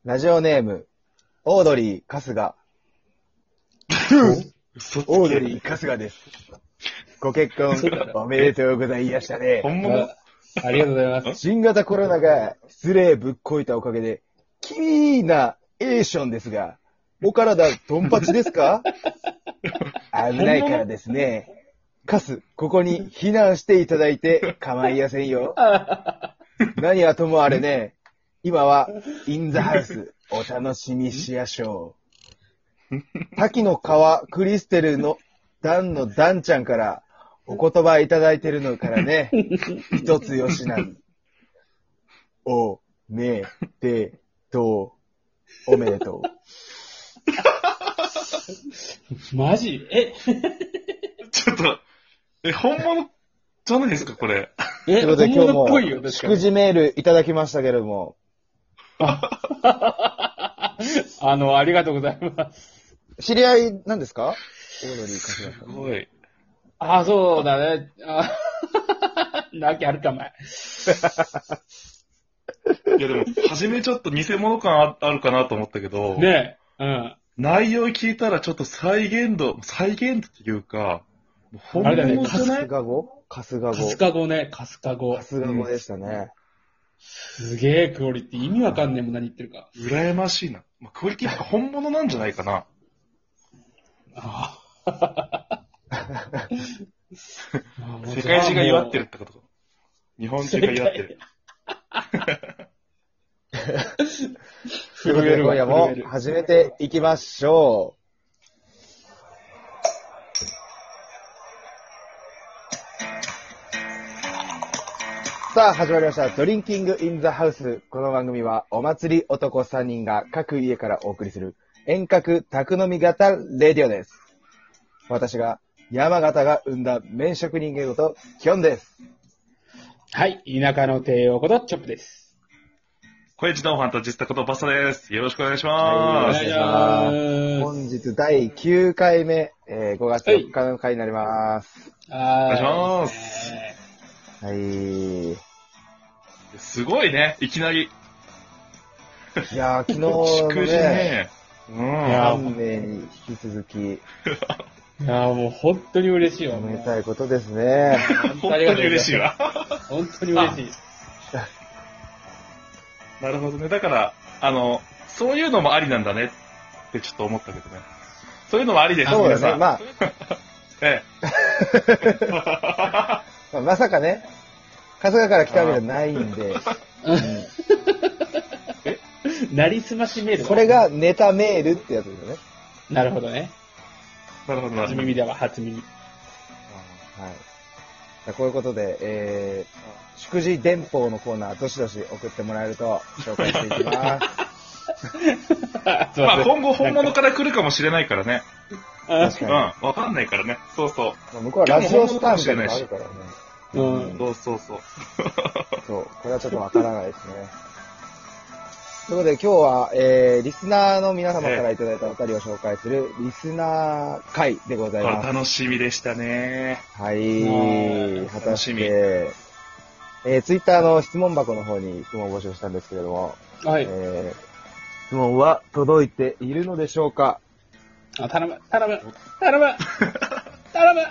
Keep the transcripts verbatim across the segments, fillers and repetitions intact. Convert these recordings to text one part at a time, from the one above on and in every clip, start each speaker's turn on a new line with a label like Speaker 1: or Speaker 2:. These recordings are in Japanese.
Speaker 1: ラジオネーム、オードリー・春日。オードリー・春日です。ご結婚おめでとうございましたね。
Speaker 2: 本物
Speaker 3: あありがとうございます。
Speaker 1: 新型コロナが失礼ぶっこいたおかげで、キーなエーションですが、お体ドンパチですか？危ないからですね。カス、ここに避難していただいて構いませんよ。何はともあれね、今はインザハウスお楽しみしやしょう。滝の川クリステルのダンのダンちゃんからお言葉いただいてるのからね、一つよしなみ。おめでとう。おめでとう。
Speaker 3: マジえ
Speaker 2: ちょっと、え、本物じゃないですか、これ。
Speaker 3: え、
Speaker 1: ということで
Speaker 3: 本
Speaker 1: 今日も
Speaker 3: 物っぽいよ、確か
Speaker 1: 祝
Speaker 3: に。
Speaker 1: 辞メールいただきましたけれども、
Speaker 3: あの、ありがとうございます。
Speaker 1: 知り合いなんですか？オードリー・春日
Speaker 2: す
Speaker 1: さん。
Speaker 2: ごい。
Speaker 3: あ、そうだね。あなきゃあるか、前。
Speaker 2: いやでも、初めちょっと偽物感ああるかなと思ったけど、
Speaker 3: ねえ。うん。
Speaker 2: 内容聞いたらちょっと再現度、再現度っていうか、本
Speaker 3: あれだね
Speaker 2: 物じゃない？
Speaker 1: 春日語春日語。
Speaker 3: 春日語ね、春日語。
Speaker 1: 春日語でしたね。
Speaker 3: すげえクオリティ。意味わかんねえもん、何言ってるか。
Speaker 2: 羨ましいな。まあ、クオリティって本物なんじゃないかな。
Speaker 3: あ
Speaker 2: 世界中が祝ってるってことか。日本中が祝ってる。
Speaker 1: ということで今夜も始めていきましょう。さあ始まりました。ドリンキングインザハウス。この番組はお祭り男さんにんが各家からお送りする遠隔宅飲み型レディオです。私が山形が生んだ麺職人芸事キョンです。
Speaker 3: はい、田舎の帝王ことチョップです。
Speaker 2: 声自動ファンタジスタことバスタです。よろしくお願いし
Speaker 1: は
Speaker 2: ま
Speaker 1: い
Speaker 2: す。
Speaker 3: お願いします。
Speaker 1: 本日だいきゅうかいめ、えー、ごがつよっかの回になります。
Speaker 2: お願いします
Speaker 1: はい。
Speaker 2: すごいね、いきなり。
Speaker 1: いやー、昨日の
Speaker 2: 祝辞
Speaker 1: ね、
Speaker 2: ね。うん。
Speaker 3: いや
Speaker 1: さん名に引き続き、
Speaker 3: いやーもう本当に嬉しいよ。
Speaker 1: おめでたいことですね。
Speaker 2: 本当に嬉しいわ。
Speaker 3: 本当に嬉しい。
Speaker 2: なるほどね。だから、あの、そういうのもありなんだねってちょっと思ったけどね。そういうのもありです。
Speaker 1: そうだね。
Speaker 2: 皆さん。
Speaker 1: まあ、
Speaker 2: え
Speaker 1: まあ、まさかね、春日から来たわけじゃないんで、
Speaker 3: なりすましメール。
Speaker 1: これがネタメールってやつですよね。
Speaker 3: なるほどね。
Speaker 2: え。なるほど、なるほど。
Speaker 3: 初耳だわ、初耳。
Speaker 1: はい。こういうことで、えー、祝辞電報のコーナー、どしどし送ってもらえると紹介していきます。
Speaker 2: まあ今後本物から来るかもしれないからね。
Speaker 1: 確
Speaker 2: うん、
Speaker 1: か
Speaker 2: わかんないからね。そうそう。
Speaker 1: に。向こうはラジオスターみたいなのがあるからね。
Speaker 3: うん。
Speaker 2: そうそうそう。
Speaker 1: そう、これはちょっとわからないですね。ということで今日は、えー、リスナーの皆様からいただいたお便りを紹介するリスナー会でござい
Speaker 2: これ
Speaker 1: ます。
Speaker 2: 楽しみでしたね。
Speaker 1: はい。果たし
Speaker 2: 楽しみ
Speaker 1: て、えー、ツイッターの質問箱の方に質問を募集したんですけれども、
Speaker 3: はい。
Speaker 1: えー、質問は届いているのでしょうか？
Speaker 3: あ、頼む、頼む、頼む、頼む。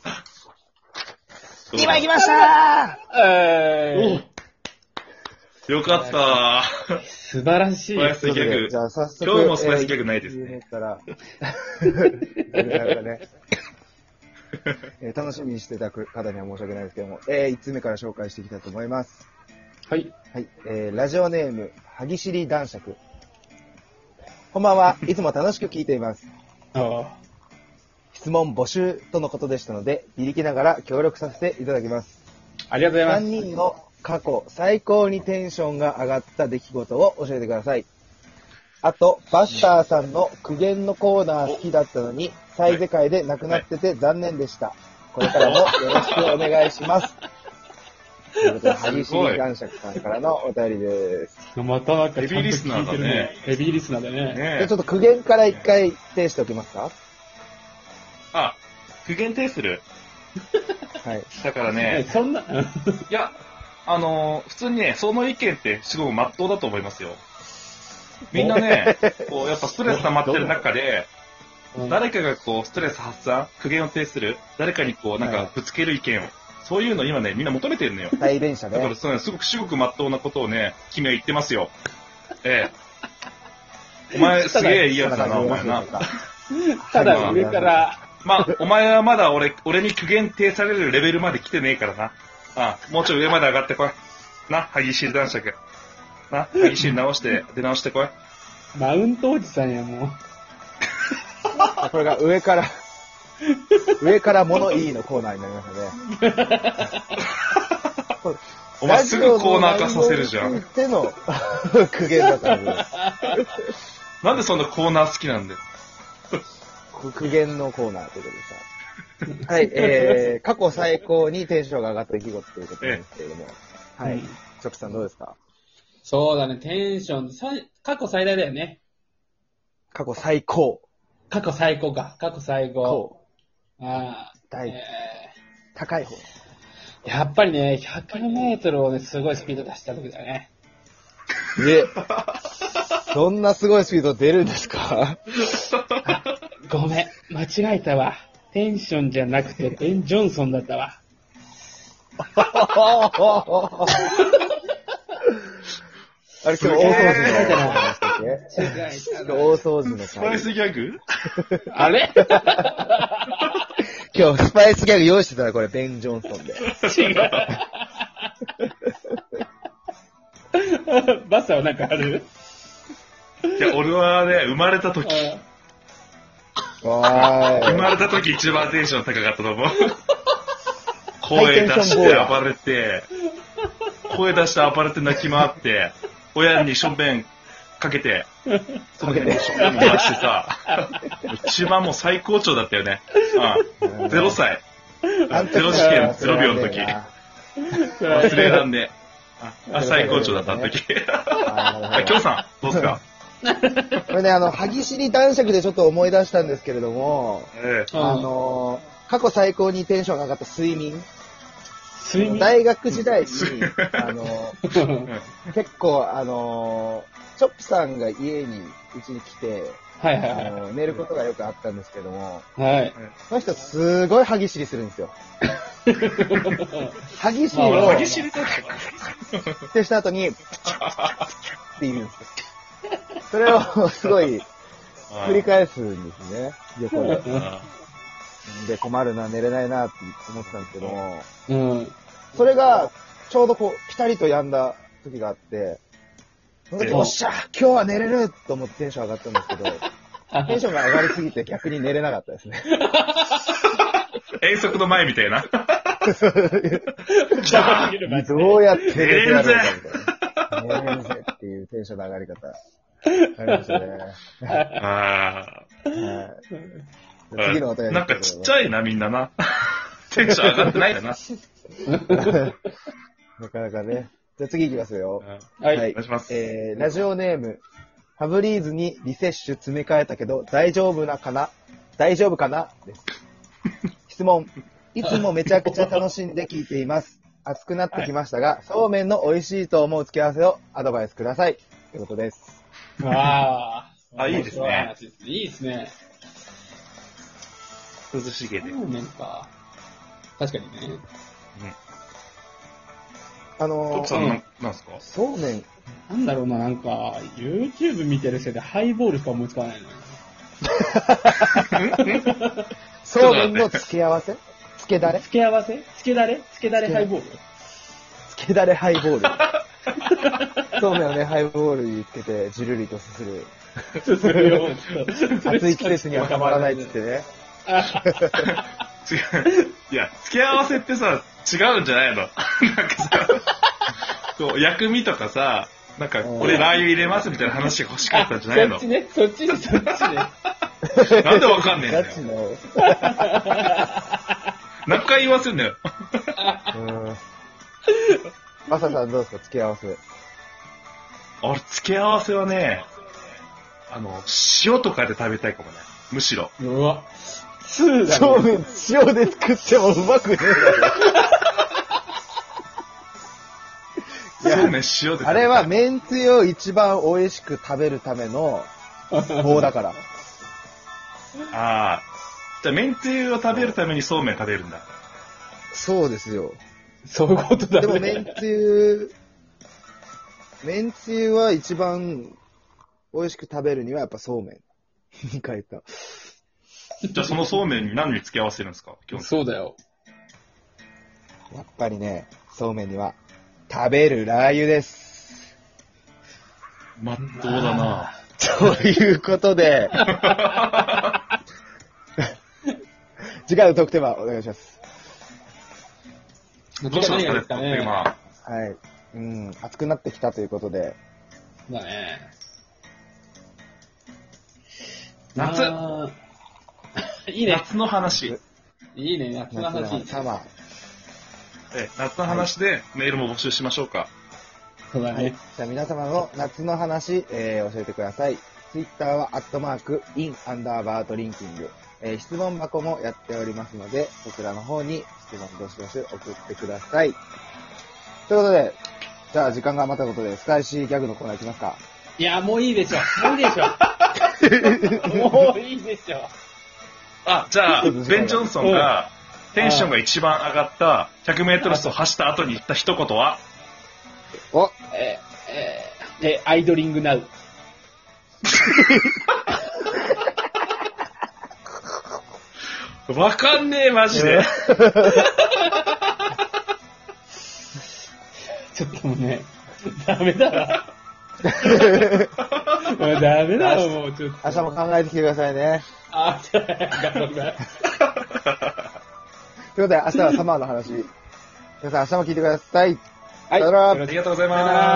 Speaker 1: 今行きました
Speaker 3: えー、
Speaker 2: よかったー。
Speaker 3: 素晴らしい。
Speaker 2: スパイスギャグ
Speaker 1: じ。ゃあ早速、
Speaker 2: 今日もスパイスギャグないですね
Speaker 1: えー言ったら、ダメだったね。えー楽しみにしてた方には申し訳ないですけども、えー、いっつめから紹介していきたいと思います。
Speaker 3: はい。
Speaker 1: はい、えー、ラジオネーム、はぎしり男爵。こんばんは。いつも楽しく聞いています。
Speaker 3: あ
Speaker 1: 質問募集とのことでしたので、自力ながら協力させていただきます。
Speaker 3: ありがとうござい
Speaker 1: 3
Speaker 3: ます。
Speaker 1: 人の過去最高にテンションが上がった出来事を教えてください。あと、バスターさんの苦言のコーナー好きだったのに、最世界でなくなってて残念でした。これからもよろしくお願いします。ということで、はぎしり男爵さんからのお便りです。
Speaker 3: またなんか
Speaker 2: ヘビーリスナーだね。
Speaker 3: ヘビーリスナーだね。
Speaker 2: ねえ
Speaker 1: でちょっと苦言から一回呈しておきますか？
Speaker 2: あ、苦言呈する。
Speaker 1: はい。
Speaker 2: だから
Speaker 3: え
Speaker 2: ね、
Speaker 3: そんな、
Speaker 2: いや、あのー普通にね、その意見ってすごく真っ当だと思いますよ。 みんなね、こう、やっぱストレス溜まってる中で、
Speaker 3: うん
Speaker 2: 誰かがこう、ストレス発散、苦言を呈する、誰かにこう、なんかぶつける意見を、そういうの今ね、みんな求めてるのよ。
Speaker 1: 大電車ね。
Speaker 2: だからそうね、すごく至極真っ当なことをね、君は言ってますよ。ええ。お前すげえいいやつだな、お前な。
Speaker 3: ただ上から、
Speaker 2: まあ、お前はまだ俺、俺に苦言呈されるレベルまで来てねえからな。ああ、もうちょい上まで上がってこい。な、歯ぎしり男爵。な、歯ぎしり直して、出直してこい。
Speaker 3: マウントおじさんやもう。
Speaker 1: これが上から、上から物いいのコーナーになりましたね。
Speaker 2: お前すぐコーナー化させるじゃん。
Speaker 1: 手の苦言だからね。
Speaker 2: なんでそんなコーナー好きなんだよ。
Speaker 1: 苦言のコーナーということでさ。はい、えー、過去最高にテンションが上がった出来事ということなんですけれども。はい。
Speaker 3: うん
Speaker 1: チョップさんどうですか？
Speaker 3: そうだね、テンション、さい過去最大だよね。
Speaker 1: 過去最高。
Speaker 3: 過去最高か。過去最高。
Speaker 1: こう。
Speaker 3: ああ、
Speaker 1: 大、
Speaker 3: え
Speaker 1: 高い方。
Speaker 3: ーやっぱりね、ひゃくメートルをね、すごいスピード出した時だね。
Speaker 1: え、そんなすごいスピード出るんですか？
Speaker 3: ごめん、間違えたわ。テンションじゃなくて、ベン・ジョンソンだったわ。
Speaker 1: あれ、今日大掃除の
Speaker 3: 違う
Speaker 1: 今日大掃除の回。
Speaker 2: スパイスギャグ
Speaker 3: あれ
Speaker 1: 今日スパイスギャグ用意してたらこれベン・ジョンソンで。
Speaker 3: 違う。バスはなんかある
Speaker 2: いや、俺はね、生まれた時、
Speaker 1: わーい。
Speaker 2: 生まれた時一番テンション高かったと思う。声出して暴れて、声出して暴れて泣き回って、親にしょんべんかけて、その辺にしょんべん回してさ、一番もう最高潮だったよね。うん。ゼロさい。ゼロ事件、ゼロ秒の時。忘れらんねえ。あ、最高潮だった、あの時。あ、きょうさん、どうすか？
Speaker 1: これね、あの、歯ぎしり男爵でちょっと思い出したんですけれども、
Speaker 2: ええ。
Speaker 1: あの、過去最高にテンションが上がった睡眠。
Speaker 3: 睡眠
Speaker 1: 大学時代に、あの、
Speaker 2: うん
Speaker 1: 結構、あの、チョップさんが家に、うちに来て、
Speaker 3: はいはいは
Speaker 1: あの寝ることがよくあったんですけども、
Speaker 3: い。はい。
Speaker 1: その人すごい歯ぎしりするんですよ。歯ぎしりを、
Speaker 3: まあ
Speaker 2: 歯ぎしりだったか
Speaker 1: ってした後に、って言うんですよ。それをすごい
Speaker 2: な。
Speaker 1: 繰り返すんですね、横で。
Speaker 2: あ
Speaker 1: で、困るな、寝れないなって思ってたんですけども、
Speaker 3: うん。
Speaker 1: それが、ちょうどこう、ピタリと止んだ時があって、その時、
Speaker 2: え
Speaker 1: おっしゃ今日は寝れると思ってテンション上がったんですけど、テンションが上がりすぎて逆に寝れなかったですね。
Speaker 2: 遠足の前みたいな。
Speaker 1: どうやって寝てやろうかみたいな。寝れるぜっていうテンションの上がり方。ありましたね。
Speaker 2: あ
Speaker 1: はい
Speaker 2: あ。
Speaker 1: 次のお便り。
Speaker 2: なんかちっちゃいな、みんなな。テンション上がってないんだな。
Speaker 1: なかなかね。じゃあ次行きますよ。
Speaker 3: はい。
Speaker 2: お願いします。
Speaker 1: えー、ラジオネーム、ファブリーズにリセッシュ詰め替えたけど、大丈夫なかな大丈夫かなです。質問。いつもめちゃくちゃ楽しんで聞いています。熱くなってきましたが、そうめんの美味しいと思う付け合わせをアドバイスください。ってことです。
Speaker 3: わあ。
Speaker 2: あいいですね
Speaker 3: 面白い話ですね。いいですね。
Speaker 2: 涼しげで。
Speaker 3: そうめんか。確かにね。
Speaker 1: あのー、
Speaker 2: トップさん、なんなんすか？
Speaker 1: そうめん、
Speaker 3: なんだろうな、なんか、YouTube 見てるせいでハイボールしか思いつかないのよ。
Speaker 1: そうめんの付け合わせ付けだれ
Speaker 3: 付け合わせ付けだれ付けだれハイボール
Speaker 1: 付けだれハイボール。そうめんをね、ハイボールにつけて、じゅるりとすする。
Speaker 3: すするよ。
Speaker 1: 暑い季節にはたまらないっつってね。
Speaker 2: 違う。いや、付け合わせってさ、違うんじゃないの？なんかさ、こう、薬味とかさ、なんか、俺ラー油入れますみたいな話が欲しかったんじゃないの？
Speaker 3: そっちね、そっちね、そっちね。
Speaker 2: なんでわかんねえんだよ
Speaker 1: ガチ。の。
Speaker 2: 何回言わせんだよ。
Speaker 1: うん。マサさんどうですか付け合わせ。
Speaker 2: 俺、付け合わせはね、あの、塩とかで食べたいかもね。むしろ。
Speaker 3: うわ。ツーだ
Speaker 1: そう
Speaker 3: ね。
Speaker 1: めん、塩で作ってもうまくねえだろ。い
Speaker 2: そうめん塩で。
Speaker 1: あれは、めんつゆを一番美味しく食べるための棒だから。
Speaker 2: ああ。じゃあ、めんつゆを食べるためにそうめん食べるんだ。
Speaker 1: そうですよ。
Speaker 3: そういうことだね。
Speaker 1: でも、めんつゆ、めんつゆは一番美味しく食べるにはやっぱそうめんに変えた。
Speaker 2: じゃあ、そのそうめんに何に付け合わせるんですか？今日。
Speaker 3: そうだよ。
Speaker 1: やっぱりね、そうめんには食べるラー油です。
Speaker 2: まっとうだな。
Speaker 1: ということで、次回のトークテーマお願いします。
Speaker 2: どうしますかね、トークテーマ。
Speaker 1: はい。うん、暑くなってきたということで。
Speaker 3: だね。
Speaker 2: 夏
Speaker 3: あーいいね。
Speaker 2: 夏の話。
Speaker 3: いいね、夏の
Speaker 1: 夏の
Speaker 3: 話。
Speaker 1: サマー。
Speaker 2: え、夏の話でメールも募集しましょうか。
Speaker 3: そうだ
Speaker 1: はい。
Speaker 3: ね。
Speaker 1: じゃあ皆様の夏の話、えー、教えてください。ツイッターは、アットマーク、イン、アンダーバー、ドリンキング。えー、質問箱もやっておりますので、そちらの方に質問どしどし送ってください。ということで、じゃあ時間が余ったことで、スカイシーギャグのコーナーいきますか。
Speaker 3: いや、もういいでしょ。もういいでしょ。もういいでしょ。
Speaker 2: あ、じゃあ、ベン・ジョンソンが、テンションが一番上がったひゃくメートル走を走った後に言った一言は？
Speaker 1: お
Speaker 3: えー、えー、え、アイドリングナウ。
Speaker 2: わかんねえ、マジで。
Speaker 3: ちょっともうね、ダメだわ。もうダメだわ、もうちょっと。
Speaker 1: 明日も考えてきてくださいね。
Speaker 3: あ、じゃあ、頑張ります。
Speaker 1: ということで、明日はサマーの話。皆さん明日も聞いてください。
Speaker 3: はい。
Speaker 1: さよなら
Speaker 3: よろしく
Speaker 2: ありがとうございます。